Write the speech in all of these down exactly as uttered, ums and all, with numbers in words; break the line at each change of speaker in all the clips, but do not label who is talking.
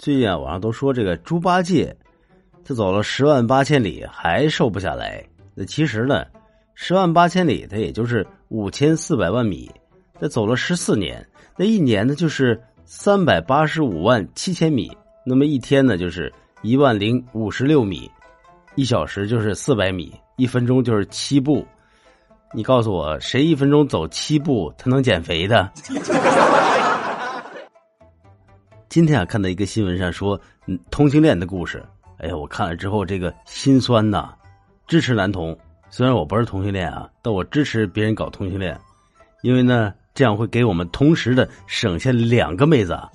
最近啊，网上都说这个猪八戒，他走了十万八千里还瘦不下来。那其实呢，十万八千里，他也就是五千四百万米。那走了十四年，那一年呢就是三百八十五万七千米。那么一天呢就是一万零五十六米，一小时就是四百米，一分钟就是七步。你告诉我，谁一分钟走七步，他能减肥的？今天啊，看到一个新闻上说，嗯，同性恋的故事。哎呀，我看了之后，这个心酸呐。支持男同，虽然我不是同性恋啊，但我支持别人搞同性恋，因为呢，这样会给我们同时的省下两个妹子啊。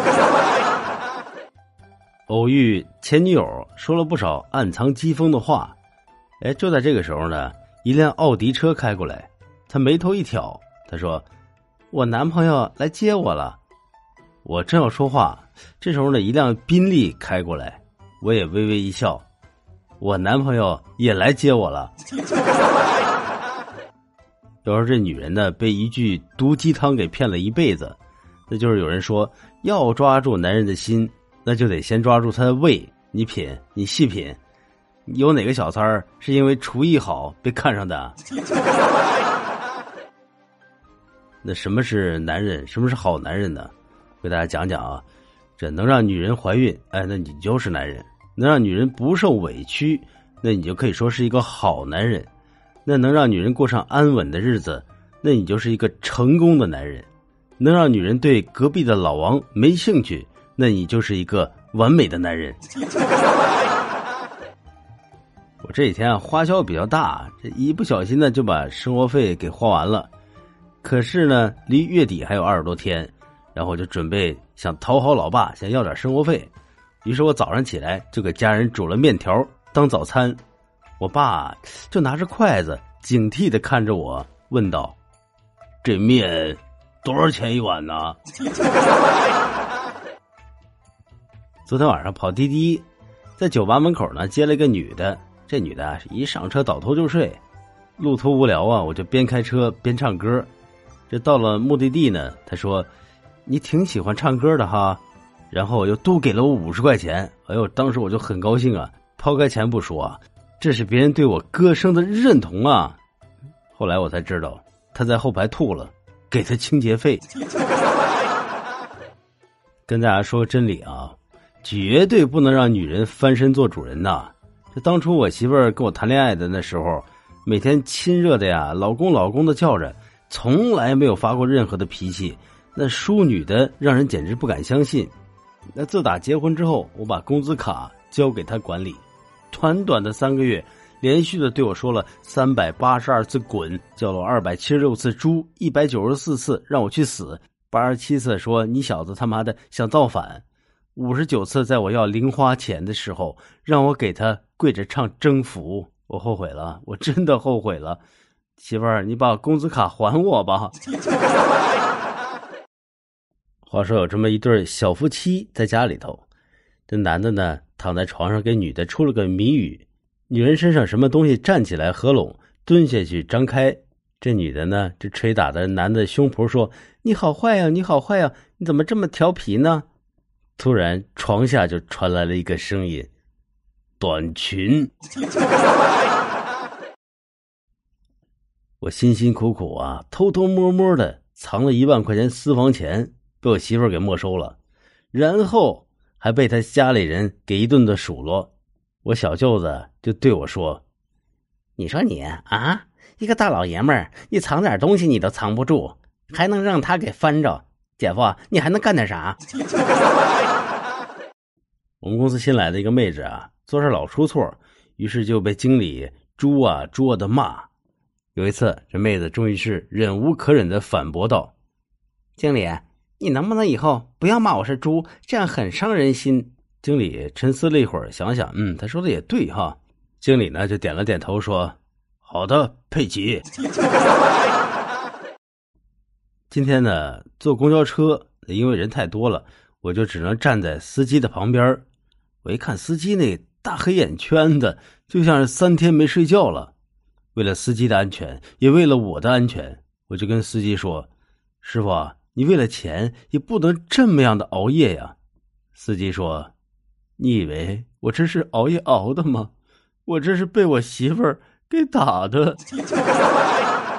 偶遇前女友，说了不少暗藏讥讽的话。哎，就在这个时候呢，一辆奥迪车开过来，他眉头一挑，他说：“我男朋友来接我了。”我正要说话，这时候呢，一辆宾利开过来，我也微微一笑，我男朋友也来接我了。有时候这女人呢，被一句毒鸡汤给骗了一辈子。那就是有人说，要抓住男人的心，那就得先抓住他的胃。你品，你细品，有哪个小三儿是因为厨艺好被看上的？那什么是男人？什么是好男人呢？给大家讲讲啊，这能让女人怀孕，哎，那你就是男人；能让女人不受委屈，那你就可以说是一个好男人；那能让女人过上安稳的日子，那你就是一个成功的男人；能让女人对隔壁的老王没兴趣，那你就是一个完美的男人。我这几天啊，花销比较大，这一不小心呢就把生活费给花完了。可是呢，离月底还有二十多天。然后我就准备想讨好老爸，想要点生活费。于是我早上起来就给家人煮了面条当早餐。我爸就拿着筷子警惕地看着我，问道：“这面多少钱一碗呢？”昨天晚上跑滴滴，在酒吧门口呢接了一个女的。这女的一上车倒头就睡。路途无聊啊，我就边开车边唱歌。这到了目的地呢，她说：“你挺喜欢唱歌的哈。”然后又多给了我五十块钱。哎呦，当时我就很高兴啊！抛开钱不说啊，这是别人对我歌声的认同啊！后来我才知道，他在后排吐了，给他清洁费。跟大家说个真理啊，绝对不能让女人翻身做主人呐！这当初我媳妇儿跟我谈恋爱的那时候，每天亲热的呀，老公老公的叫着，从来没有发过任何的脾气。那淑女的让人简直不敢相信。那自打结婚之后，我把工资卡交给他管理，短短的三个月，连续的对我说了三百八十二次滚，叫了我二百七十六次猪，一百九十四次让我去死，八十七次说你小子他妈的想造反，五十九次在我要零花钱的时候让我给他跪着唱征服。我后悔了，我真的后悔了。媳妇儿，你把工资卡还我吧。话说有这么一对小夫妻在家里头，这男的呢躺在床上给女的出了个谜语，女人身上什么东西站起来合拢，蹲下去张开。这女的呢这捶打的男的胸脯说：“你好坏呀，你好坏呀，你怎么这么调皮呢？”突然床下就传来了一个声音：“短裙。”我辛辛苦苦啊，偷偷摸摸的藏了一万块钱私房钱，被我媳妇儿给没收了，然后还被他家里人给一顿的数落。我小舅子就对我说：“你说你啊，一个大老爷们儿，你藏点东西你都藏不住，还能让他给翻着，姐夫你还能干点啥？”我们公司新来的一个妹子啊，做事老出错，于是就被经理猪啊猪啊的骂。有一次，这妹子终于是忍无可忍的反驳道：“经理，你能不能以后不要骂我是猪，这样很伤人心。”经理沉思了一会儿，想想，嗯，他说的也对哈。经理呢就点了点头说：“好的，佩奇。”今天呢坐公交车，因为人太多了，我就只能站在司机的旁边。我一看司机那大黑眼圈子，就像是三天没睡觉了。为了司机的安全，也为了我的安全，我就跟司机说：“师傅啊，你为了钱也不能这么样的熬夜呀。” 司机说：“你以为我这是熬夜熬的吗？我这是被我媳妇儿给打的。”